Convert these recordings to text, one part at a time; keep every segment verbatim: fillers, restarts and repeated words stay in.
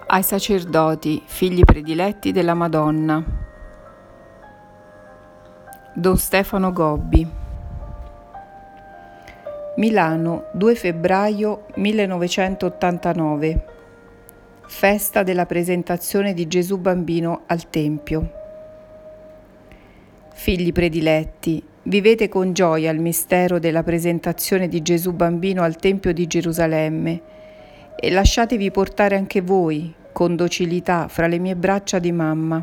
ai sacerdoti, figli prediletti della Madonna. Don Stefano Gobbi. Milano, due febbraio millenovecentottantanove. Festa della presentazione di Gesù Bambino al Tempio. Figli prediletti, vivete con gioia il mistero della presentazione di Gesù Bambino al Tempio di Gerusalemme e lasciatevi portare anche voi con docilità fra le mie braccia di mamma.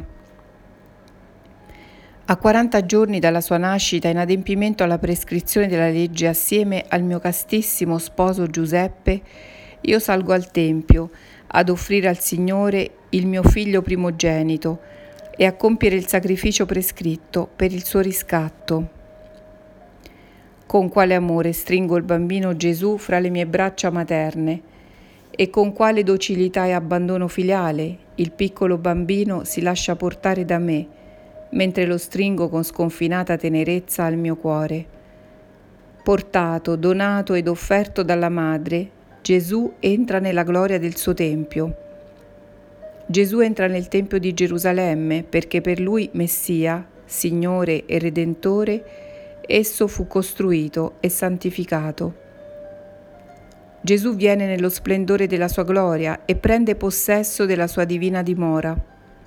A quaranta giorni dalla sua nascita, in adempimento alla prescrizione della legge, assieme al mio castissimo sposo Giuseppe, io salgo al Tempio ad offrire al Signore il mio figlio primogenito e a compiere il sacrificio prescritto per il suo riscatto. Con quale amore stringo il bambino Gesù fra le mie braccia materne e con quale docilità e abbandono filiale il piccolo bambino si lascia portare da me, mentre lo stringo con sconfinata tenerezza al mio cuore. Portato, donato ed offerto dalla madre, Gesù entra nella gloria del suo Tempio. Gesù entra nel Tempio di Gerusalemme perché per lui Messia, Signore e Redentore, esso fu costruito e santificato. Gesù viene nello splendore della sua gloria e prende possesso della sua divina dimora.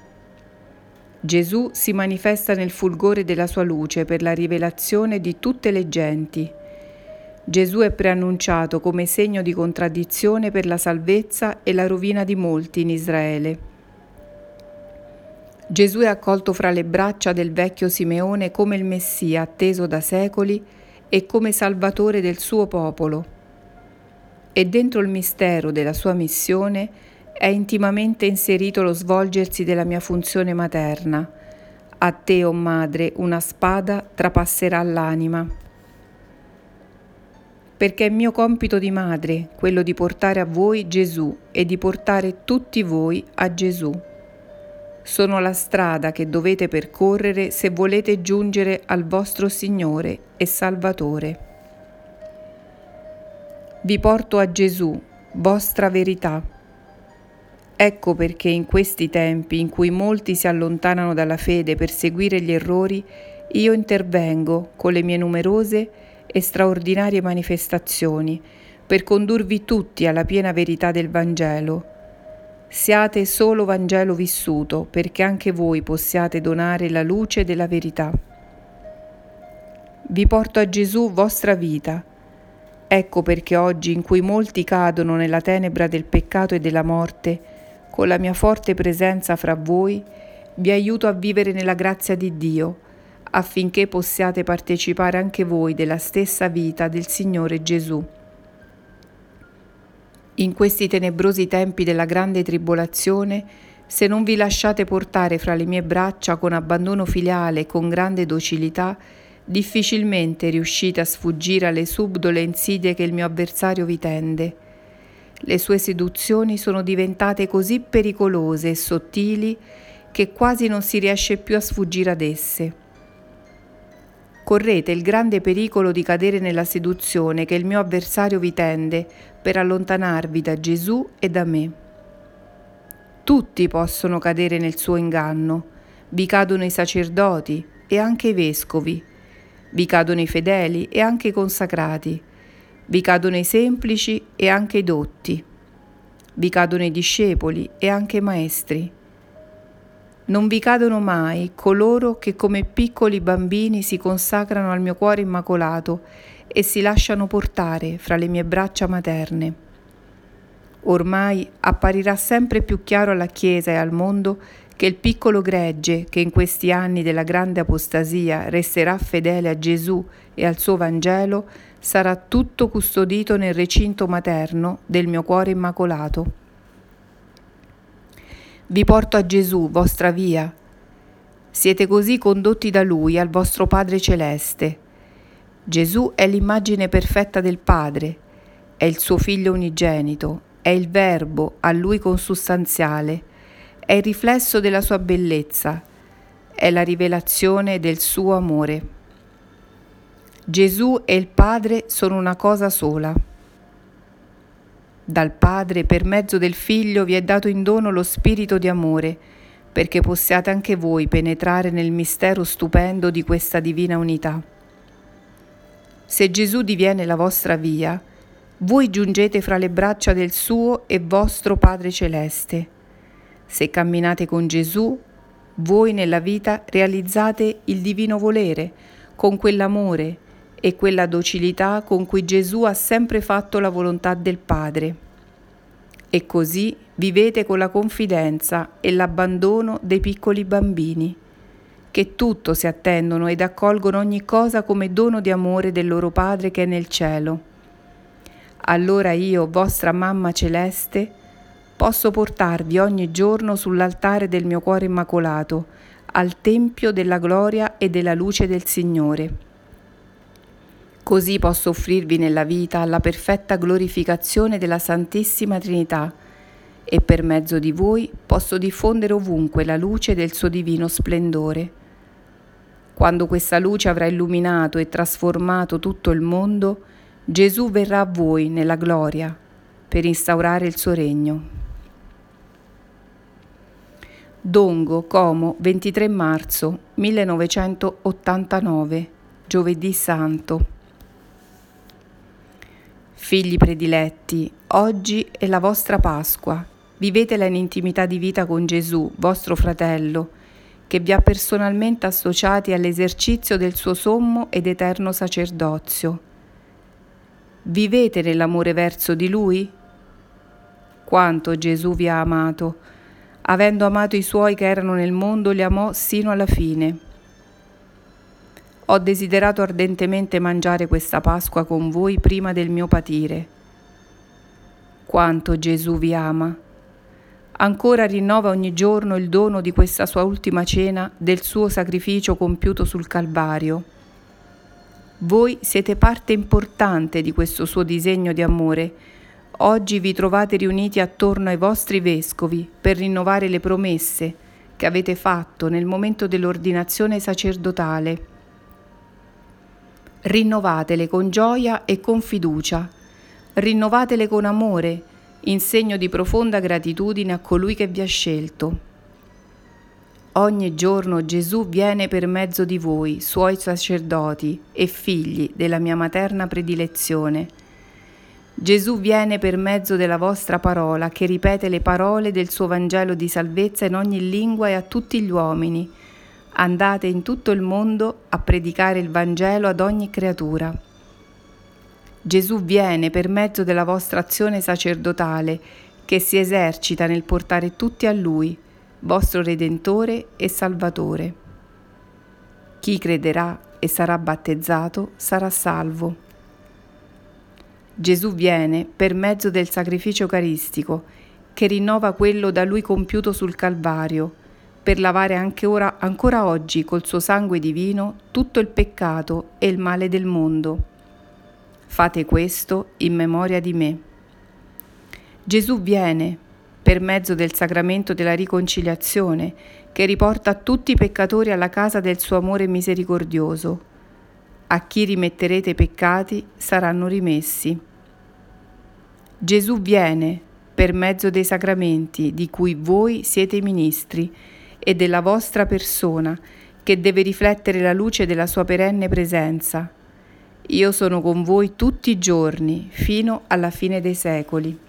Gesù si manifesta nel fulgore della sua luce per la rivelazione di tutte le genti. Gesù è preannunciato come segno di contraddizione per la salvezza e la rovina di molti in Israele. Gesù è accolto fra le braccia del vecchio Simeone come il Messia atteso da secoli e come Salvatore del suo popolo. E dentro il mistero della sua missione è intimamente inserito lo svolgersi della mia funzione materna. A te, o madre, una spada trapasserà l'anima. Perché è mio compito di madre quello di portare a voi Gesù e di portare tutti voi a Gesù. Sono la strada che dovete percorrere se volete giungere al vostro Signore e Salvatore. Vi porto a Gesù, vostra verità. Ecco perché in questi tempi in cui molti si allontanano dalla fede per seguire gli errori, io intervengo con le mie numerose e straordinarie manifestazioni per condurvi tutti alla piena verità del Vangelo. Siate solo Vangelo vissuto, perché anche voi possiate donare la luce della verità. Vi porto a Gesù vostra vita. Ecco perché oggi, in cui molti cadono nella tenebra del peccato e della morte, con la mia forte presenza fra voi, vi aiuto a vivere nella grazia di Dio, affinché possiate partecipare anche voi della stessa vita del Signore Gesù. In questi tenebrosi tempi della grande tribolazione, se non vi lasciate portare fra le mie braccia con abbandono filiale e con grande docilità, difficilmente riuscite a sfuggire alle subdole insidie che il mio avversario vi tende. Le sue seduzioni sono diventate così pericolose e sottili che quasi non si riesce più a sfuggire ad esse. Correte il grande pericolo di cadere nella seduzione che il mio avversario vi tende per allontanarvi da Gesù e da me. Tutti possono cadere nel suo inganno. Vi cadono i sacerdoti e anche i vescovi. Vi cadono i fedeli e anche i consacrati. Vi cadono i semplici e anche i dotti. Vi cadono i discepoli e anche i maestri. Non vi cadono mai coloro che come piccoli bambini si consacrano al mio cuore immacolato e si lasciano portare fra le mie braccia materne. Ormai apparirà sempre più chiaro alla Chiesa e al mondo che il piccolo gregge che in questi anni della grande apostasia resterà fedele a Gesù e al suo Vangelo sarà tutto custodito nel recinto materno del mio cuore immacolato. Vi porto a Gesù, vostra via. Siete così condotti da Lui al vostro Padre Celeste. Gesù è l'immagine perfetta del Padre, è il suo Figlio unigenito, è il Verbo a Lui consustanziale, è il riflesso della sua bellezza, è la rivelazione del suo amore. Gesù e il Padre sono una cosa sola. Dal Padre, per mezzo del Figlio, vi è dato in dono lo Spirito di amore, perché possiate anche voi penetrare nel mistero stupendo di questa divina unità. Se Gesù diviene la vostra via, voi giungete fra le braccia del suo e vostro Padre Celeste. Se camminate con Gesù, voi nella vita realizzate il divino volere con quell'amore e quella docilità con cui Gesù ha sempre fatto la volontà del Padre. E così vivete con la confidenza e l'abbandono dei piccoli bambini, che tutto si attendono ed accolgono ogni cosa come dono di amore del loro Padre che è nel cielo. Allora io, vostra Mamma Celeste, posso portarvi ogni giorno sull'altare del mio cuore immacolato, al Tempio della gloria e della luce del Signore. Così posso offrirvi nella vita la perfetta glorificazione della Santissima Trinità e per mezzo di voi posso diffondere ovunque la luce del suo divino splendore. Quando questa luce avrà illuminato e trasformato tutto il mondo, Gesù verrà a voi nella gloria per instaurare il suo regno. Dongo, Como, ventitré marzo millenovecentottantanove, Giovedì Santo. Figli prediletti, oggi è la vostra Pasqua. Vivetela in intimità di vita con Gesù, vostro fratello, che vi ha personalmente associati all'esercizio del suo sommo ed eterno sacerdozio. Vivete nell'amore verso di Lui? Quanto Gesù vi ha amato. Avendo amato i suoi che erano nel mondo, li amò sino alla fine. Ho desiderato ardentemente mangiare questa Pasqua con voi prima del mio patire. Quanto Gesù vi ama. Ancora rinnova ogni giorno il dono di questa sua ultima cena del suo sacrificio compiuto sul Calvario. Voi siete parte importante di questo suo disegno di amore. Oggi vi trovate riuniti attorno ai vostri vescovi per rinnovare le promesse che avete fatto nel momento dell'ordinazione sacerdotale. Rinnovatele con gioia e con fiducia, rinnovatele con amore, in segno di profonda gratitudine a colui che vi ha scelto. Ogni giorno Gesù viene per mezzo di voi, suoi sacerdoti e figli della mia materna predilezione. Gesù viene per mezzo della vostra parola, che ripete le parole del suo Vangelo di salvezza in ogni lingua e a tutti gli uomini. Andate in tutto il mondo a predicare il Vangelo ad ogni creatura. Gesù viene per mezzo della vostra azione sacerdotale, che si esercita nel portare tutti a Lui, vostro Redentore e Salvatore. Chi crederà e sarà battezzato sarà salvo. Gesù viene per mezzo del sacrificio eucaristico, che rinnova quello da Lui compiuto sul Calvario, per lavare anche ora, ancora oggi col suo sangue divino tutto il peccato e il male del mondo. Fate questo in memoria di me. Gesù viene per mezzo del sacramento della riconciliazione, che riporta tutti i peccatori alla casa del suo amore misericordioso. A chi rimetterete i peccati saranno rimessi. Gesù viene per mezzo dei sacramenti di cui voi siete i ministri e della vostra persona, che deve riflettere la luce della sua perenne presenza. Io sono con voi tutti i giorni, fino alla fine dei secoli.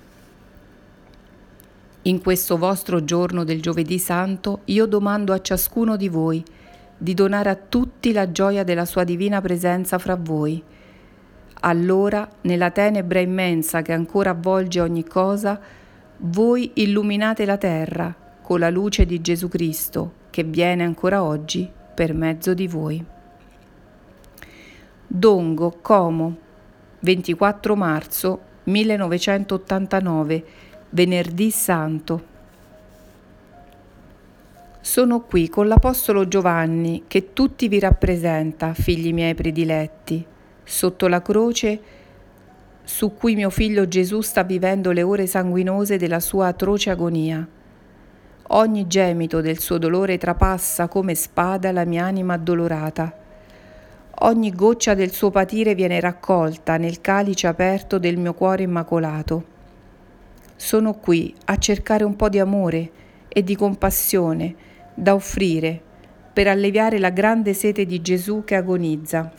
In questo vostro giorno del Giovedì Santo, io domando a ciascuno di voi di donare a tutti la gioia della sua divina presenza fra voi. Allora, nella tenebra immensa che ancora avvolge ogni cosa, voi illuminate la terra con la luce di Gesù Cristo, che viene ancora oggi per mezzo di voi. Dongo, Como, ventiquattro marzo millenovecentottantanove, Venerdì Santo. Sono qui con l'Apostolo Giovanni, che tutti vi rappresenta, figli miei prediletti, sotto la croce su cui mio figlio Gesù sta vivendo le ore sanguinose della sua atroce agonia. Ogni gemito del suo dolore trapassa come spada la mia anima addolorata. Ogni goccia del suo patire viene raccolta nel calice aperto del mio cuore immacolato. sono qui a cercare un po' di amore e di compassione da offrire per alleviare la grande sete di Gesù che agonizza.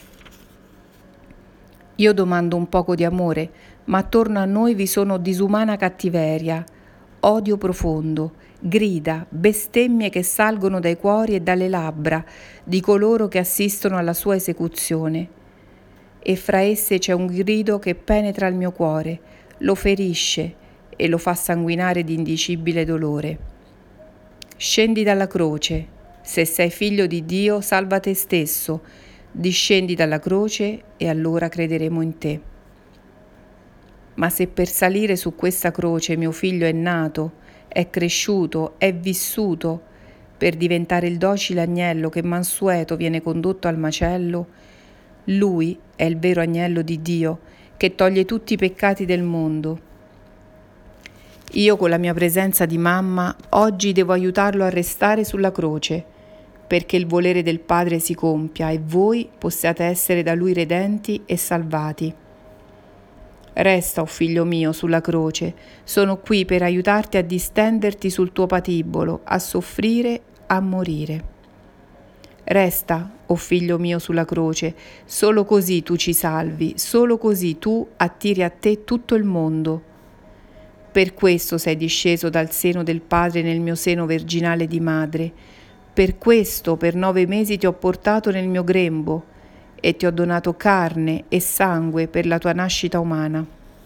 Io domando un poco di amore, ma attorno a noi vi sono disumana cattiveria, odio profondo, grida, bestemmie che salgono dai cuori e dalle labbra di coloro che assistono alla sua esecuzione. E fra esse c'è un grido che penetra il mio cuore, lo ferisce e lo fa sanguinare di indicibile dolore. Scendi dalla croce, se sei figlio di Dio, salva te stesso, discendi dalla croce e allora crederemo in te. Ma se per salire su questa croce mio figlio è nato, è cresciuto, è vissuto, per diventare il docile agnello che mansueto viene condotto al macello, lui è il vero agnello di Dio che toglie tutti i peccati del mondo. Io con la mia presenza di mamma oggi devo aiutarlo a restare sulla croce, perché il volere del Padre si compia e voi possiate essere da Lui redenti e salvati. Resta, o figlio mio, sulla croce, sono qui per aiutarti a distenderti sul tuo patibolo, a soffrire, a morire. Resta, o figlio mio, sulla croce, solo così tu ci salvi, solo così tu attiri a te tutto il mondo. Per questo sei disceso dal seno del Padre nel mio seno virginale di madre. Per questo per nove mesi ti ho portato nel mio grembo e ti ho donato carne e sangue per la tua nascita umana.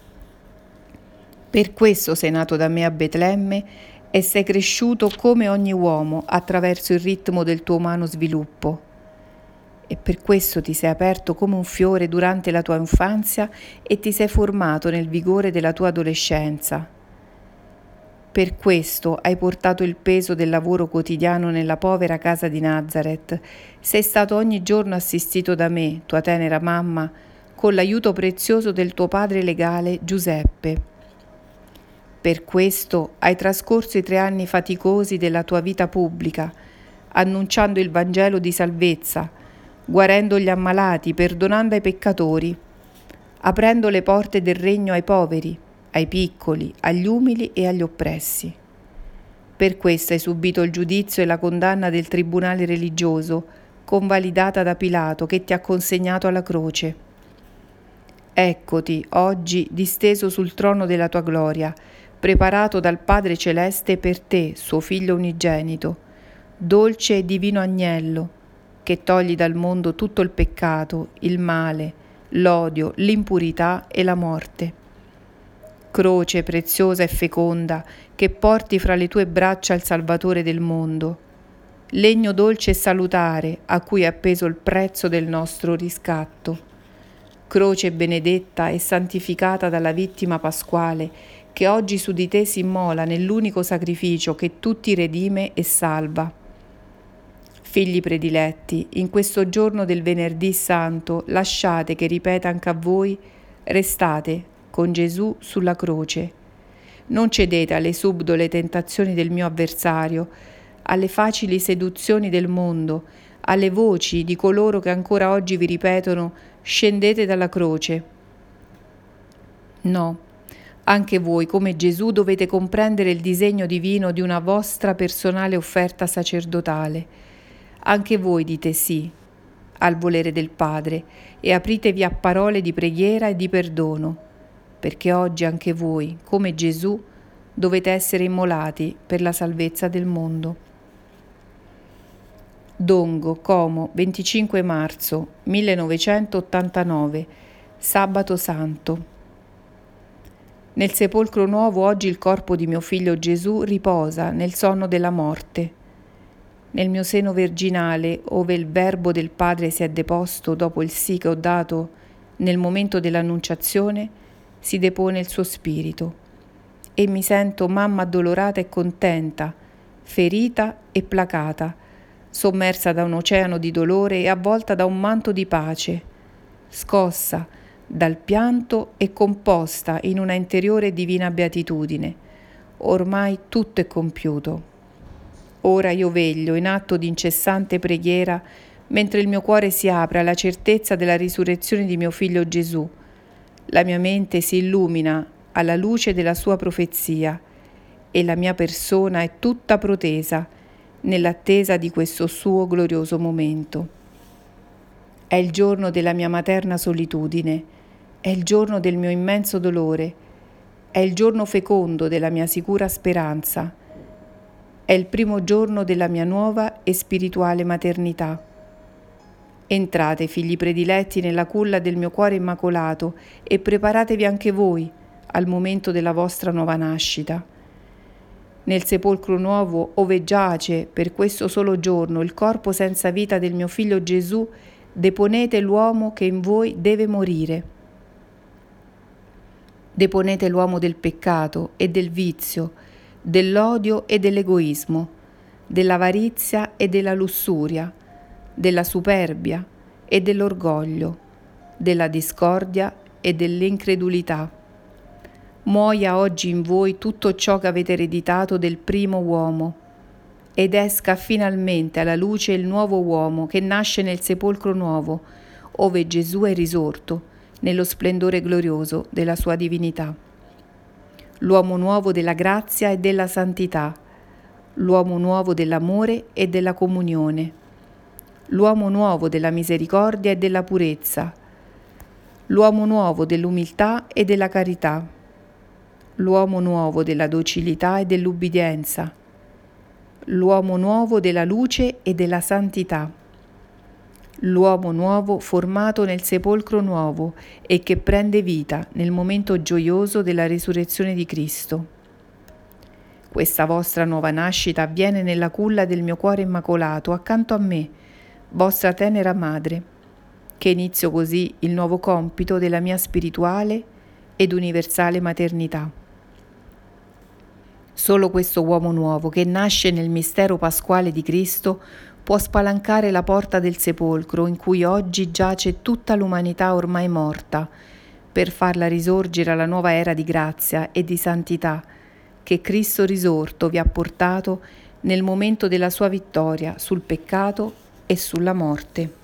Per questo sei nato da me a Betlemme e sei cresciuto come ogni uomo attraverso il ritmo del tuo umano sviluppo. E per questo ti sei aperto come un fiore durante la tua infanzia e ti sei formato nel vigore della tua adolescenza. Per questo hai portato il peso del lavoro quotidiano nella povera casa di Nazareth. Sei stato ogni giorno assistito da me, tua tenera mamma, con l'aiuto prezioso del tuo padre legale Giuseppe. Per questo hai trascorso i tre anni faticosi della tua vita pubblica, annunciando il Vangelo di salvezza, guarendo gli ammalati, perdonando ai peccatori, aprendo le porte del regno ai poveri, ai piccoli, agli umili e agli oppressi. Per questo hai subito il giudizio e la condanna del tribunale religioso, convalidata da Pilato, che ti ha consegnato alla croce. Eccoti oggi disteso sul trono della tua gloria, preparato dal Padre Celeste per te, suo Figlio unigenito, dolce e divino agnello, che togli dal mondo tutto il peccato, il male, l'odio, l'impurità e la morte. Croce preziosa e feconda, che porti fra le tue braccia il Salvatore del mondo, legno dolce e salutare a cui è appeso il prezzo del nostro riscatto. Croce benedetta e santificata dalla vittima pasquale, che oggi su di te si immola nell'unico sacrificio che tutti redime e salva. Figli prediletti, in questo giorno del venerdì santo, lasciate che ripeta anche a voi, restate con Gesù sulla croce. Non cedete alle subdole tentazioni del mio avversario, alle facili seduzioni del mondo, alle voci di coloro che ancora oggi vi ripetono scendete dalla croce. No, anche voi come Gesù dovete comprendere il disegno divino di una vostra personale offerta sacerdotale. Anche voi dite sì al volere del Padre e apritevi a parole di preghiera e di perdono, perché oggi anche voi, come Gesù, dovete essere immolati per la salvezza del mondo. Dongo, Como, venticinque marzo millenovecentottantanove, Sabato Santo. Nel sepolcro nuovo oggi il corpo di mio figlio Gesù riposa nel sonno della morte. Nel mio seno virginale, ove il Verbo del Padre si è deposto dopo il sì che ho dato nel momento dell'annunciazione, si depone il suo spirito e mi sento mamma addolorata e contenta, ferita e placata, sommersa da un oceano di dolore e avvolta da un manto di pace, scossa dal pianto e composta in una interiore e divina beatitudine. Ormai tutto è compiuto. Ora io veglio in atto di incessante preghiera mentre il mio cuore si apre alla certezza della risurrezione di mio figlio Gesù. La mia mente si illumina alla luce della sua profezia, e la mia persona è tutta protesa nell'attesa di questo suo glorioso momento. È il giorno della mia materna solitudine, è il giorno del mio immenso dolore, è il giorno fecondo della mia sicura speranza, è il primo giorno della mia nuova e spirituale maternità. Entrate, figli prediletti, nella culla del mio cuore immacolato e preparatevi anche voi al momento della vostra nuova nascita. Nel sepolcro nuovo, ove giace per questo solo giorno il corpo senza vita del mio figlio Gesù, deponete l'uomo che in voi deve morire. Deponete l'uomo del peccato e del vizio, dell'odio e dell'egoismo, dell'avarizia e della lussuria, della superbia e dell'orgoglio, della discordia e dell'incredulità. Muoia oggi in voi tutto ciò che avete ereditato del primo uomo ed esca finalmente alla luce il nuovo uomo che nasce nel sepolcro nuovo, ove Gesù è risorto nello splendore glorioso della sua divinità. L'uomo nuovo della grazia e della santità, l'uomo nuovo dell'amore e della comunione, l'uomo nuovo della misericordia e della purezza, l'uomo nuovo dell'umiltà e della carità, l'uomo nuovo della docilità e dell'ubbidienza, l'uomo nuovo della luce e della santità, l'uomo nuovo formato nel sepolcro nuovo e che prende vita nel momento gioioso della risurrezione di Cristo. Questa vostra nuova nascita avviene nella culla del mio cuore immacolato, accanto a me, vostra tenera madre, che inizio così il nuovo compito della mia spirituale ed universale maternità. Solo questo uomo nuovo che nasce nel mistero pasquale di Cristo può spalancare la porta del sepolcro in cui oggi giace tutta l'umanità ormai morta, per farla risorgere alla nuova era di grazia e di santità che Cristo risorto vi ha portato nel momento della sua vittoria sul peccato e sulla morte.